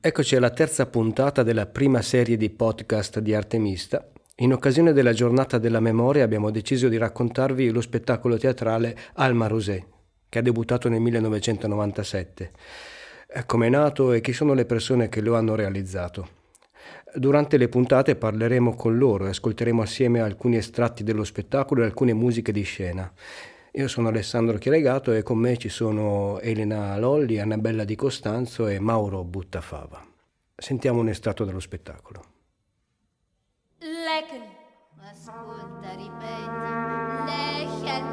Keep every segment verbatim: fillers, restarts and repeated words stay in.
Eccoci alla terza puntata della prima serie di podcast di Artemista. In occasione della giornata della memoria abbiamo deciso di raccontarvi lo spettacolo teatrale Alma Rosé, che ha debuttato nel millenovecentonovantasette. Come è nato e chi sono le persone che lo hanno realizzato. Durante le puntate parleremo con loro e ascolteremo assieme alcuni estratti dello spettacolo e alcune musiche di scena. Io sono Alessandro Chielegato e con me ci sono Elena Lolli, Annabella Di Costanzo e Mauro Buttafava. Sentiamo un estratto dello spettacolo. Lächeln. Ascolta, ripeti. Lächeln.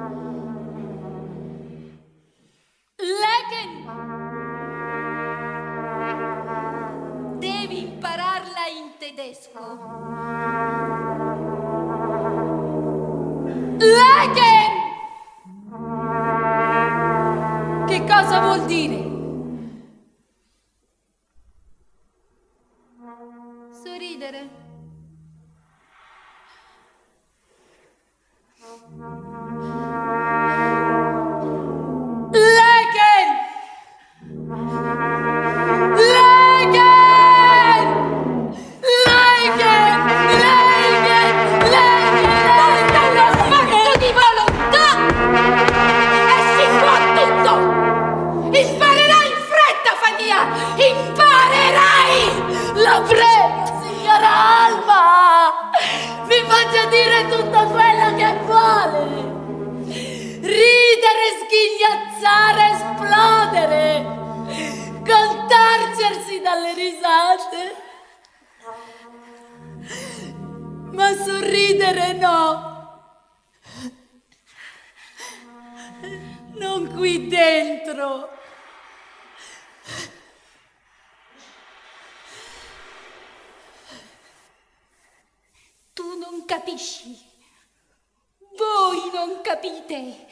Lächeln. Devi impararla in tedesco. Lächeln. Che cosa vuol dire? Sorridere. Lächeln. Lächeln. Lächeln. Lächeln. Lächeln. Lo sforzo di volontà e si può tutto. Imparerai in fretta, Fania! Imparerai! La prego, signora Alma! Mi faccia dire tutto quello che vuole! Ridere, sghignazzare, esplodere! Contorcersi dalle risate! Ma sorridere no! Non qui dentro! Tu non capisci. Voi non capite.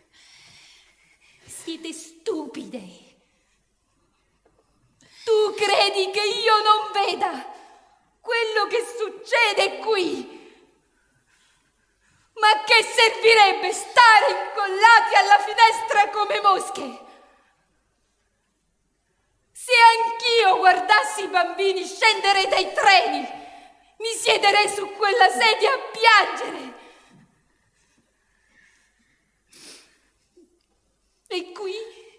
Siete stupide. Tu credi che io non veda quello che succede qui? Ma che servirebbe stare incollati alla finestra come mosche? Se anch'io guardassi i bambini scendere dai treni, mi siederei su quella sedia a piangere. E qui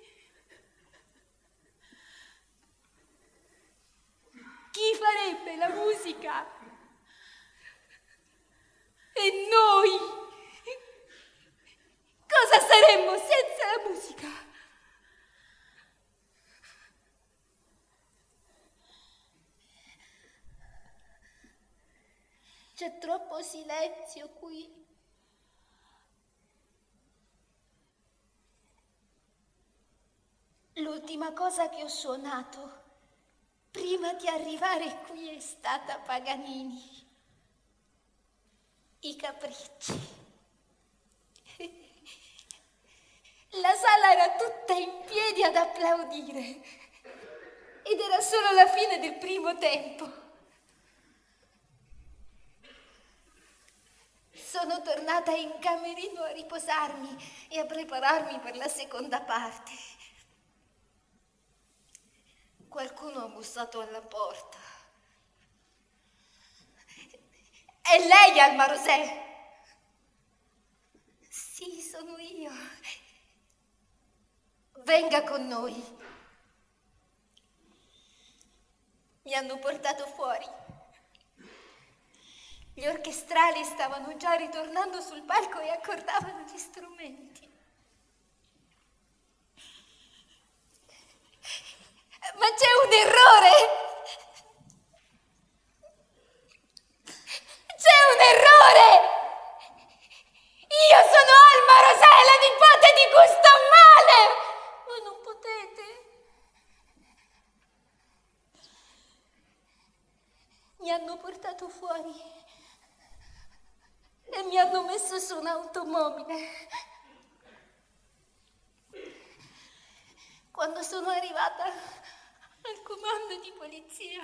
chi farebbe la musica? E noi cosa saremmo senza la musica? C'è troppo silenzio qui. L'ultima cosa che ho suonato prima di arrivare qui è stata Paganini. I capricci. La sala era tutta in piedi ad applaudire ed era solo la fine del primo tempo. Sono tornata in camerino a riposarmi e a prepararmi per la seconda parte. Qualcuno ha bussato alla porta. È lei, Alma Rosé? Sì, sono io. Venga con noi. Mi hanno portato fuori. Gli orchestrali stavano già ritornando sul palco e accordavano gli strumenti. Ma c'è un errore! C'è un errore! Io sono Alma Rosé, la nipote di cui sto male! Ma non potete. Mi hanno portato fuori e mi hanno messo su un'automobile. Quando sono arrivata al comando di polizia,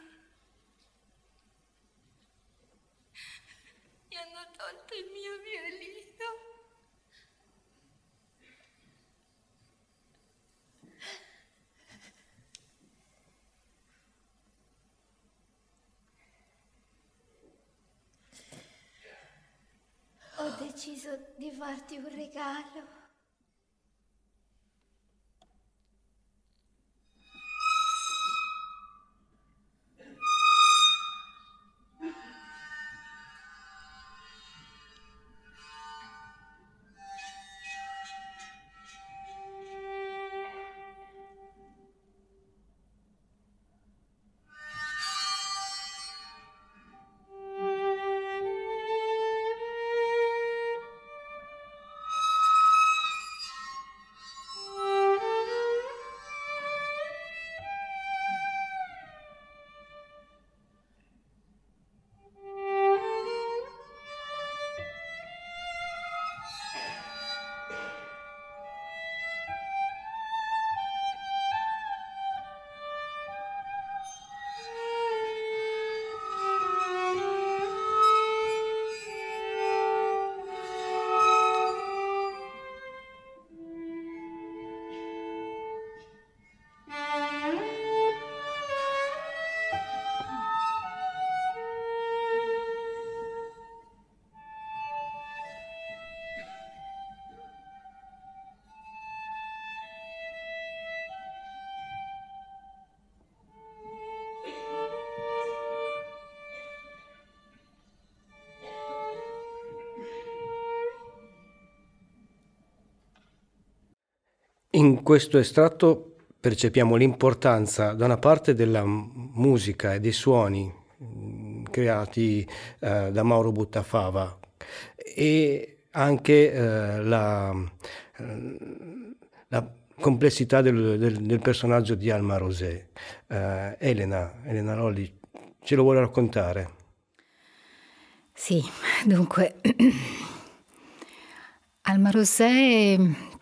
mi hanno tolto il mio violino. deciso di farti un regalo. In questo estratto percepiamo l'importanza da una parte della musica e dei suoni creati eh, da Mauro Buttafava e anche eh, la, la complessità del, del, del personaggio di Alma Rosé. Eh, Elena, Elena Lolli, ce lo vuole raccontare? Sì, dunque, Alma Rosé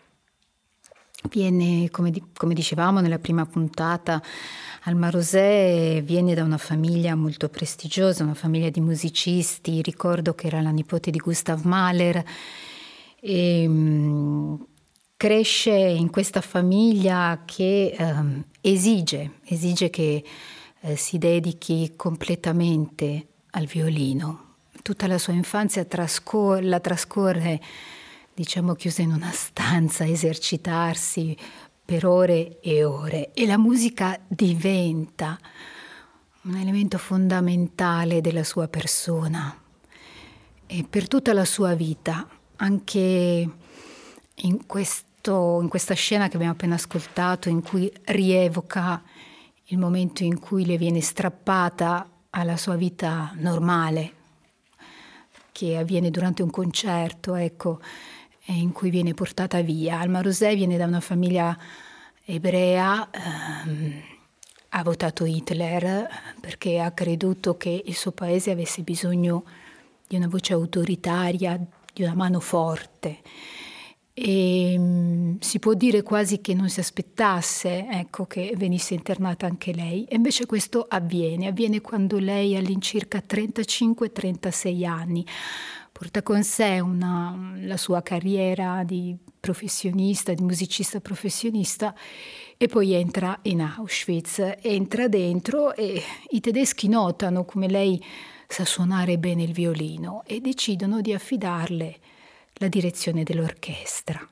viene, come, come dicevamo nella prima puntata, Alma Rosé viene da una famiglia molto prestigiosa, una famiglia di musicisti. Ricordo che era la nipote di Gustav Mahler e um, cresce in questa famiglia che um, esige, esige che uh, si dedichi completamente al violino. Tutta la sua infanzia trascor- la trascorre, diciamo, chiusa in una stanza a esercitarsi per ore e ore, e la musica diventa un elemento fondamentale della sua persona e per tutta la sua vita. Anche in, questo, in questa scena che abbiamo appena ascoltato, in cui rievoca il momento in cui le viene strappata alla sua vita normale, che avviene durante un concerto, ecco, in cui viene portata via. Alma Rosé viene da una famiglia ebrea, ehm, ha votato Hitler perché ha creduto che il suo paese avesse bisogno di una voce autoritaria, di una mano forte. E mh, si può dire quasi che non si aspettasse, ecco, che venisse internata anche lei. E invece questo avviene, avviene quando lei ha all'incirca trentacinque trentasei anni. Porta con sé una, la sua carriera di professionista, di musicista professionista, e poi entra in Auschwitz, entra dentro e i tedeschi notano come lei sa suonare bene il violino e decidono di affidarle la direzione dell'orchestra.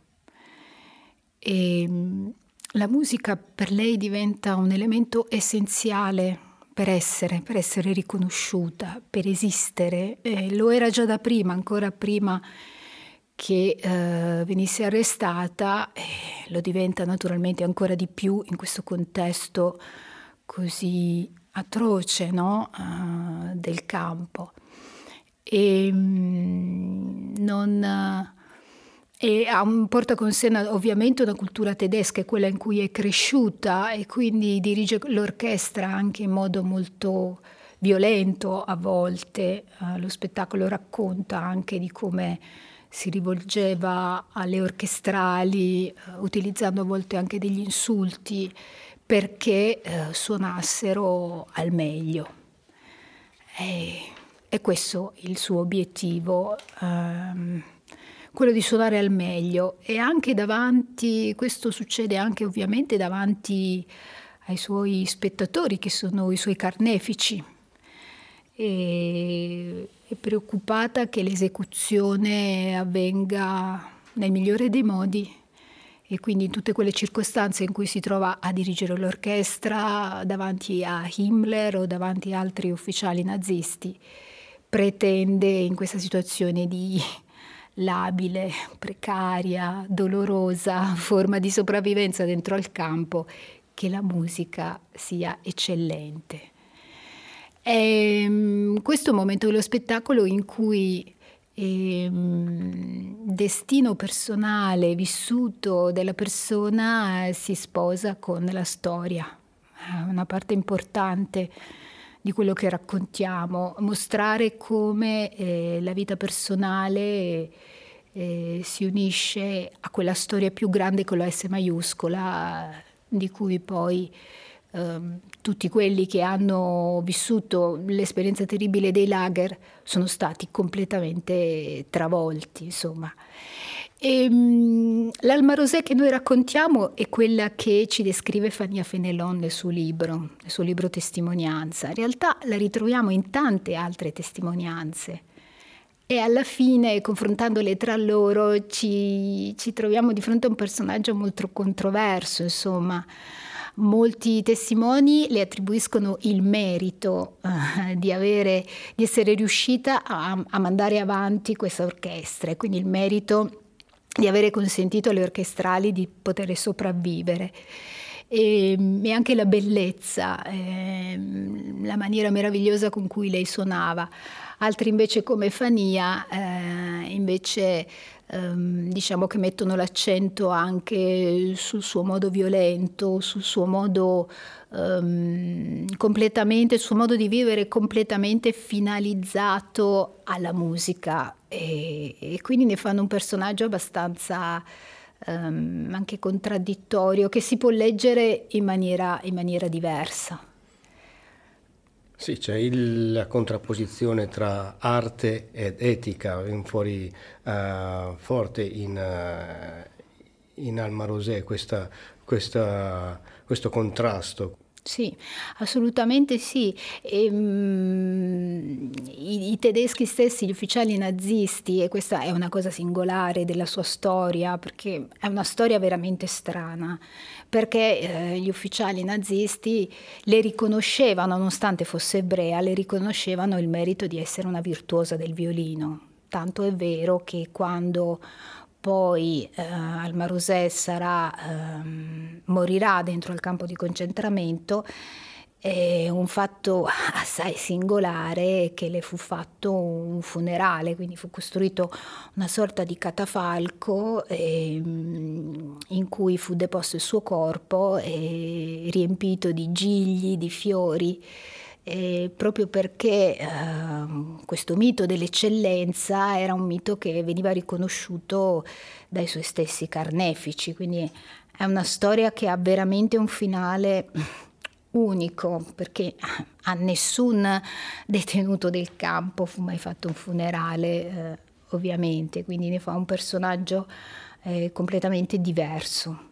E la musica per lei diventa un elemento essenziale per essere, per essere riconosciuta, per esistere. Eh, lo era già da prima, ancora prima che eh, venisse arrestata, e lo diventa naturalmente ancora di più in questo contesto così atroce, no? uh, del campo. E mh, non... E porta con sé ovviamente una cultura tedesca, quella in cui è cresciuta, e quindi dirige l'orchestra anche in modo molto violento a volte. Lo spettacolo racconta anche di come si rivolgeva alle orchestrali, utilizzando a volte anche degli insulti perché suonassero al meglio. E, e questo è il suo obiettivo. Um, quello di suonare al meglio, e anche davanti, questo succede anche ovviamente davanti ai suoi spettatori, che sono i suoi carnefici, e, è preoccupata che l'esecuzione avvenga nel migliore dei modi, e quindi in tutte quelle circostanze in cui si trova a dirigere l'orchestra davanti a Himmler o davanti a altri ufficiali nazisti, pretende in questa situazione di labile, precaria, dolorosa forma di sopravvivenza dentro al campo che la musica sia eccellente. È questo momento dello spettacolo in cui il destino personale vissuto della persona si sposa con la storia, una parte importante di quello che raccontiamo, mostrare come eh, la vita personale eh, si unisce a quella storia più grande con la S maiuscola, di cui poi eh, tutti quelli che hanno vissuto l'esperienza terribile dei lager sono stati completamente travolti, insomma. E, um, l'Alma Rosé che noi raccontiamo è quella che ci descrive Fania Fenelon nel suo libro, nel suo libro Testimonianza. In realtà la ritroviamo in tante altre testimonianze e alla fine, confrontandole tra loro, ci, ci troviamo di fronte a un personaggio molto controverso, insomma. Molti testimoni le attribuiscono il merito uh, di, avere, di essere riuscita a, a mandare avanti questa orchestra, e quindi il merito di avere consentito alle orchestrali di poter sopravvivere. E, e anche la bellezza, eh, la maniera meravigliosa con cui lei suonava. Altri invece, come Fania, eh, invece ehm, diciamo che mettono l'accento anche sul suo modo violento, sul suo modo ehm, completamente, il suo modo di vivere completamente finalizzato alla musica, e, e quindi ne fanno un personaggio abbastanza ehm, anche contraddittorio, che si può leggere in maniera, in maniera diversa. Sì, c'è il, la contrapposizione tra arte ed etica, viene fuori uh, forte in, uh, in Alma Rosé questa, questa, questo contrasto. Sì, assolutamente sì. E, um, i, i tedeschi stessi, gli ufficiali nazisti, e questa è una cosa singolare della sua storia, perché è una storia veramente strana, perché eh, gli ufficiali nazisti le riconoscevano, nonostante fosse ebrea, le riconoscevano il merito di essere una virtuosa del violino. Tanto è vero che quando poi eh, Alma Rosé sarà, ehm, morirà dentro al campo di concentramento, è un fatto assai singolare che le fu fatto un funerale, quindi fu costruito una sorta di catafalco ehm, in cui fu deposto il suo corpo, e riempito di gigli, di fiori, eh, proprio perché eh, questo mito dell'eccellenza era un mito che veniva riconosciuto dai suoi stessi carnefici, quindi è una storia che ha veramente un finale unico, perché a nessun detenuto del campo fu mai fatto un funerale, eh, ovviamente, quindi ne fa un personaggio eh, completamente diverso.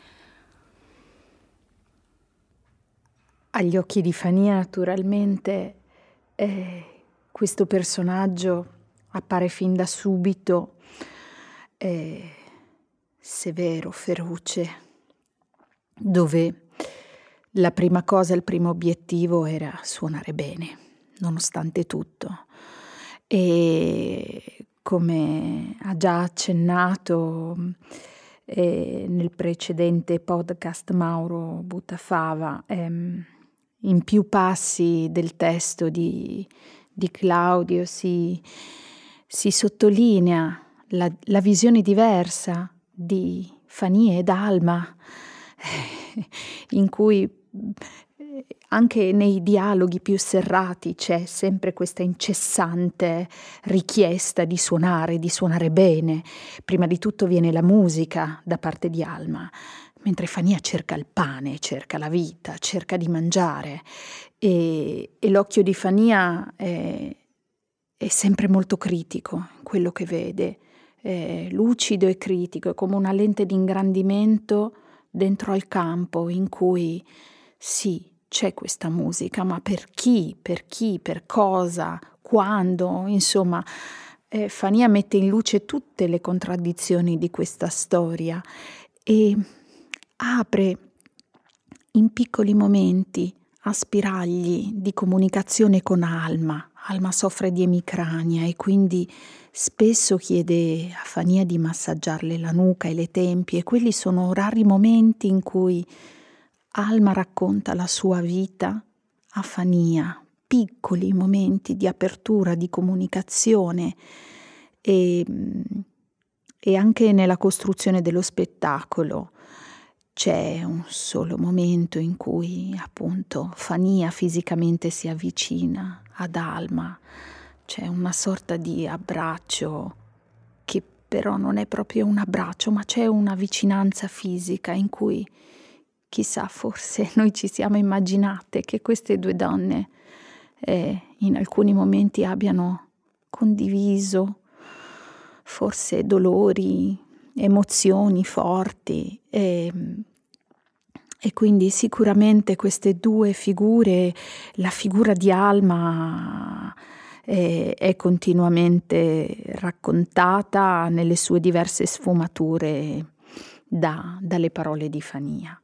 Agli occhi di Fania, naturalmente, eh, questo personaggio appare fin da subito eh, severo, feroce, dove la prima cosa, il primo obiettivo era suonare bene, nonostante tutto. E come ha già accennato eh, nel precedente podcast Mauro Buttafava, ehm, in più passi del testo di, di Claudio si, si sottolinea la, la visione diversa di Fania ed Alma, eh, in cui anche nei dialoghi più serrati c'è sempre questa incessante richiesta di suonare, di suonare bene. Prima di tutto viene la musica da parte di Alma, mentre Fania cerca il pane, cerca la vita, cerca di mangiare, e, e l'occhio di Fania è, è sempre molto critico in quello che vede, è lucido e critico, è come una lente di ingrandimento dentro al campo in cui sì, c'è questa musica, ma per chi, per chi, per cosa, quando, insomma, eh, Fania mette in luce tutte le contraddizioni di questa storia e apre in piccoli momenti a spiragli di comunicazione con Alma. Alma soffre di emicrania e quindi spesso chiede a Fania di massaggiarle la nuca e le tempie, e quelli sono rari momenti in cui Alma racconta la sua vita a Fania, piccoli momenti di apertura, di comunicazione e, e anche nella costruzione dello spettacolo. C'è un solo momento in cui appunto Fania fisicamente si avvicina ad Alma, c'è una sorta di abbraccio che però non è proprio un abbraccio, ma c'è una vicinanza fisica in cui, chissà, forse noi ci siamo immaginate che queste due donne eh, in alcuni momenti abbiano condiviso forse dolori, emozioni forti e, e quindi sicuramente queste due figure, la figura di Alma è, è continuamente raccontata nelle sue diverse sfumature da, dalle parole di Fania.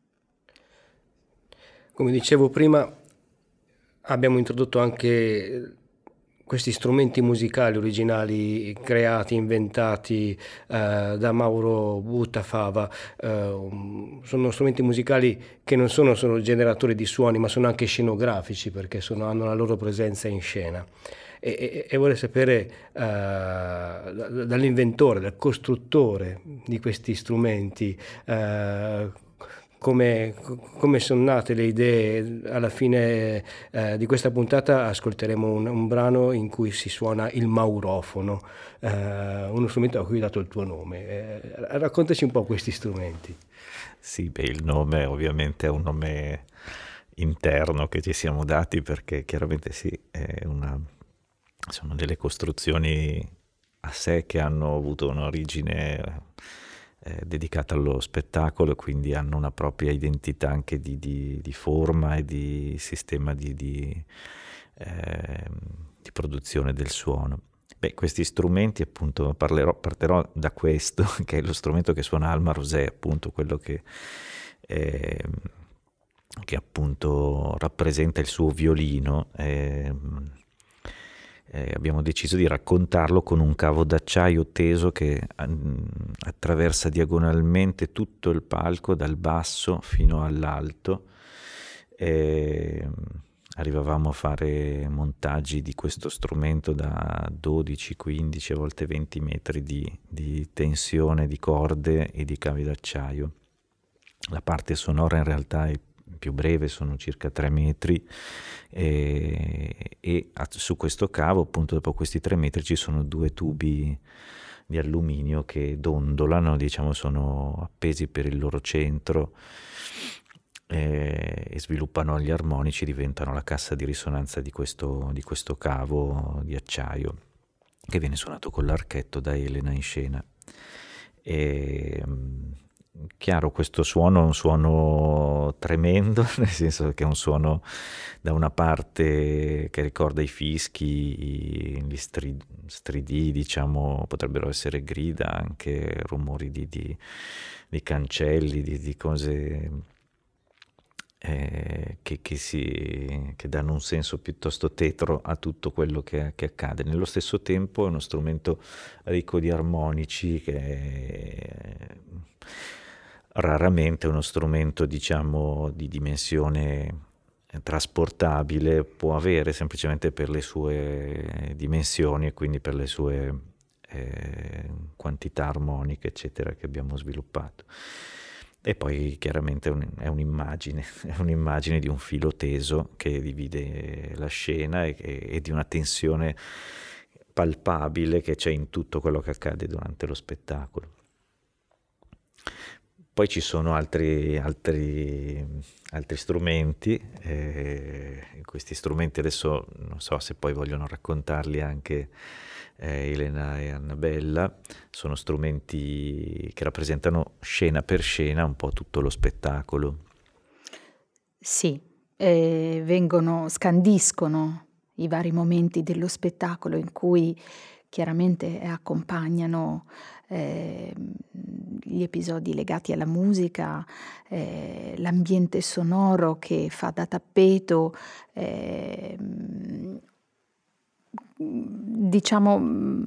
Come dicevo prima, abbiamo introdotto anche questi strumenti musicali originali creati, inventati eh, da Mauro Buttafava. Eh, sono strumenti musicali che non sono solo generatori di suoni, ma sono anche scenografici, perché sono, hanno la loro presenza in scena. E, e, e vorrei sapere eh, dall'inventore, dal costruttore di questi strumenti, eh, Come, come sono nate le idee. Alla fine eh, di questa puntata ascolteremo un, un brano in cui si suona il maurofono, eh, uno strumento a cui hai dato il tuo nome. Eh, raccontaci un po' questi strumenti. Sì, beh, il nome ovviamente è un nome interno che ci siamo dati, perché chiaramente sì, è una, sono delle costruzioni a sé che hanno avuto un'origine Eh, dedicata allo spettacolo, quindi hanno una propria identità anche di, di, di forma e di sistema di, di, eh, di produzione del suono. Beh, questi strumenti, appunto, parlerò, partirò da questo, che è lo strumento che suona Alma Rosè, appunto quello che, eh, che appunto rappresenta il suo violino. Eh, Eh, abbiamo deciso di raccontarlo con un cavo d'acciaio teso che um, attraversa diagonalmente tutto il palco dal basso fino all'alto. E arrivavamo a fare montaggi di questo strumento da dodici, quindici, a volte venti metri di, di tensione di corde e di cavi d'acciaio. La parte sonora in realtà è più breve, sono circa tre metri, e, e su questo cavo, appunto, dopo questi tre metri ci sono due tubi di alluminio che dondolano, diciamo, sono appesi per il loro centro e, e sviluppano gli armonici, diventano la cassa di risonanza di questo, di questo cavo di acciaio che viene suonato con l'archetto da Elena in scena. E, chiaro, questo suono è un suono tremendo, nel senso che è un suono da una parte che ricorda i fischi, gli strid- stridii, diciamo, potrebbero essere grida, anche rumori di, di, di cancelli, di, di cose eh, che, che, si, che danno un senso piuttosto tetro a tutto quello che, che accade. Nello stesso tempo è uno strumento ricco di armonici che è raramente uno strumento, diciamo, di dimensione trasportabile può avere, semplicemente per le sue dimensioni e quindi per le sue eh, quantità armoniche, eccetera, che abbiamo sviluppato. E poi chiaramente è, un, è un'immagine, è un'immagine di un filo teso che divide la scena e, e di una tensione palpabile che c'è in tutto quello che accade durante lo spettacolo. Poi ci sono altri, altri, altri strumenti, eh, questi strumenti adesso non so se poi vogliono raccontarli anche eh, Elena e Annabella, sono strumenti che rappresentano scena per scena un po' tutto lo spettacolo. Sì, eh, vengono, scandiscono i vari momenti dello spettacolo in cui chiaramente accompagnano eh, gli episodi legati alla musica, eh, l'ambiente sonoro che fa da tappeto, eh, diciamo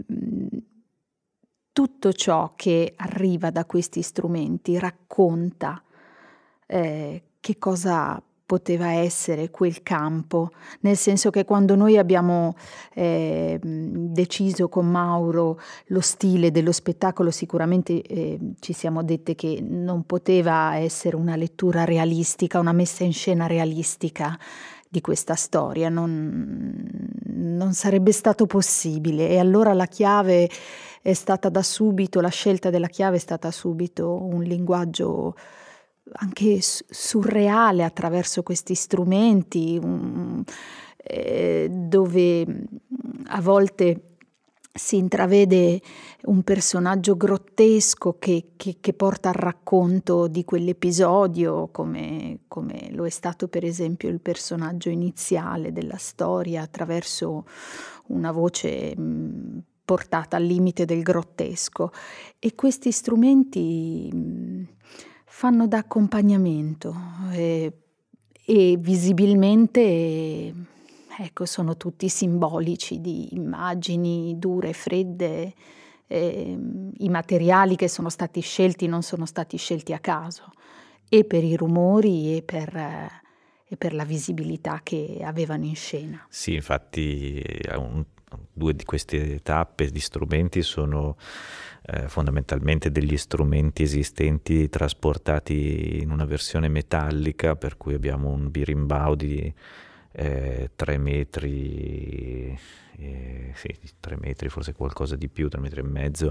tutto ciò che arriva da questi strumenti racconta eh, che cosa poteva essere quel campo, nel senso che quando noi abbiamo eh, deciso con Mauro lo stile dello spettacolo, sicuramente eh, ci siamo dette che non poteva essere una lettura realistica, una messa in scena realistica di questa storia, non, non sarebbe stato possibile, e allora la chiave è stata da subito, la scelta della chiave è stata subito un linguaggio anche surreale attraverso questi strumenti, um, eh, dove a volte si intravede un personaggio grottesco che, che, che porta al racconto di quell'episodio, come, come lo è stato per esempio il personaggio iniziale della storia, attraverso una voce mh, portata al limite del grottesco. E questi strumenti mh, fanno da accompagnamento e, e visibilmente, ecco, sono tutti simbolici di immagini dure, fredde, eh, i materiali che sono stati scelti non sono stati scelti a caso, e per i rumori e per, eh, e per la visibilità che avevano in scena. Sì, infatti un, due di queste tappe di strumenti sono Eh, fondamentalmente degli strumenti esistenti trasportati in una versione metallica, per cui abbiamo un birimbau di eh, tre metri, eh, sì, tre metri, forse qualcosa di più, tre metri e mezzo,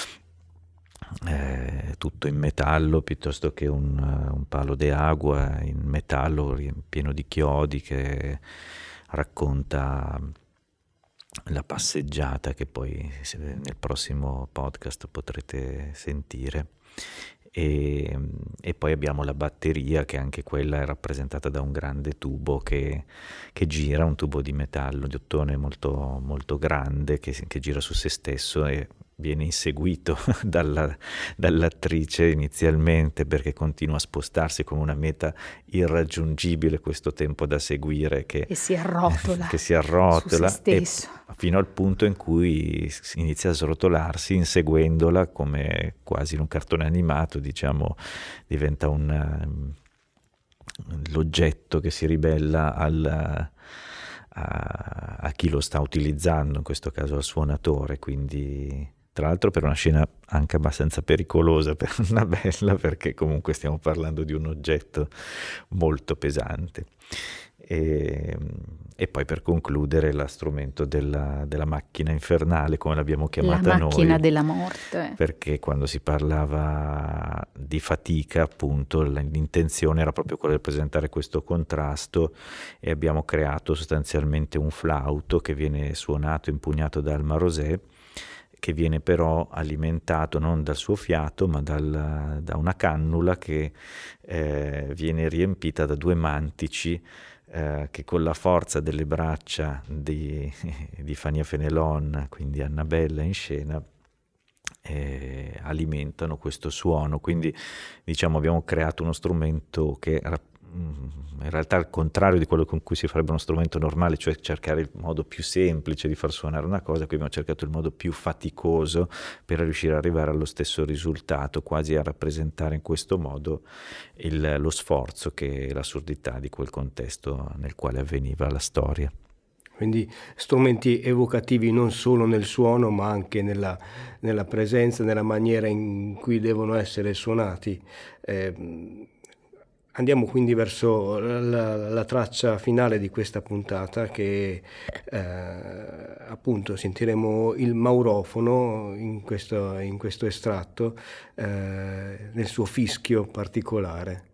eh, tutto in metallo, piuttosto che un, un palo de agua in metallo pieno di chiodi, che racconta la passeggiata che poi nel prossimo podcast potrete sentire. E, e poi abbiamo la batteria, che anche quella è rappresentata da un grande tubo che, che gira, un tubo di metallo, di ottone molto, molto grande, che, che gira su se stesso e viene inseguito dalla, dall'attrice inizialmente, perché continua a spostarsi come una meta irraggiungibile, questo tempo da seguire che, e si arrotola, che si arrotola su se stesso, e fino al punto in cui inizia a srotolarsi inseguendola, come quasi in un cartone animato, diciamo, diventa un, l'oggetto che si ribella al, a, a chi lo sta utilizzando, in questo caso al suonatore. Quindi, tra l'altro, per una scena anche abbastanza pericolosa per Annabella, perché comunque stiamo parlando di un oggetto molto pesante. E, e poi, per concludere, lo strumento della, della macchina infernale, come l'abbiamo chiamata noi, la macchina noi, della morte, perché quando si parlava di fatica, appunto, l'intenzione era proprio quella di presentare questo contrasto, e abbiamo creato sostanzialmente un flauto che viene suonato, impugnato da Alma Rosé, che viene però alimentato non dal suo fiato, ma dal, da una cannula che eh, viene riempita da due mantici eh, che, con la forza delle braccia di, di Fania Fenelon, quindi Annabella in scena, eh, alimentano questo suono. Quindi, diciamo, abbiamo creato uno strumento che in realtà al contrario di quello con cui si farebbe uno strumento normale, cioè cercare il modo più semplice di far suonare una cosa. Qui abbiamo cercato il modo più faticoso per riuscire ad arrivare allo stesso risultato, quasi a rappresentare in questo modo il, lo sforzo e l'assurdità di quel contesto nel quale avveniva la storia. Quindi strumenti evocativi non solo nel suono, ma anche nella, nella presenza, nella maniera in cui devono essere suonati. Eh, Andiamo quindi verso la, la traccia finale di questa puntata, che eh, appunto sentiremo il maurofono in questo, in questo estratto, eh, nel suo fischio particolare.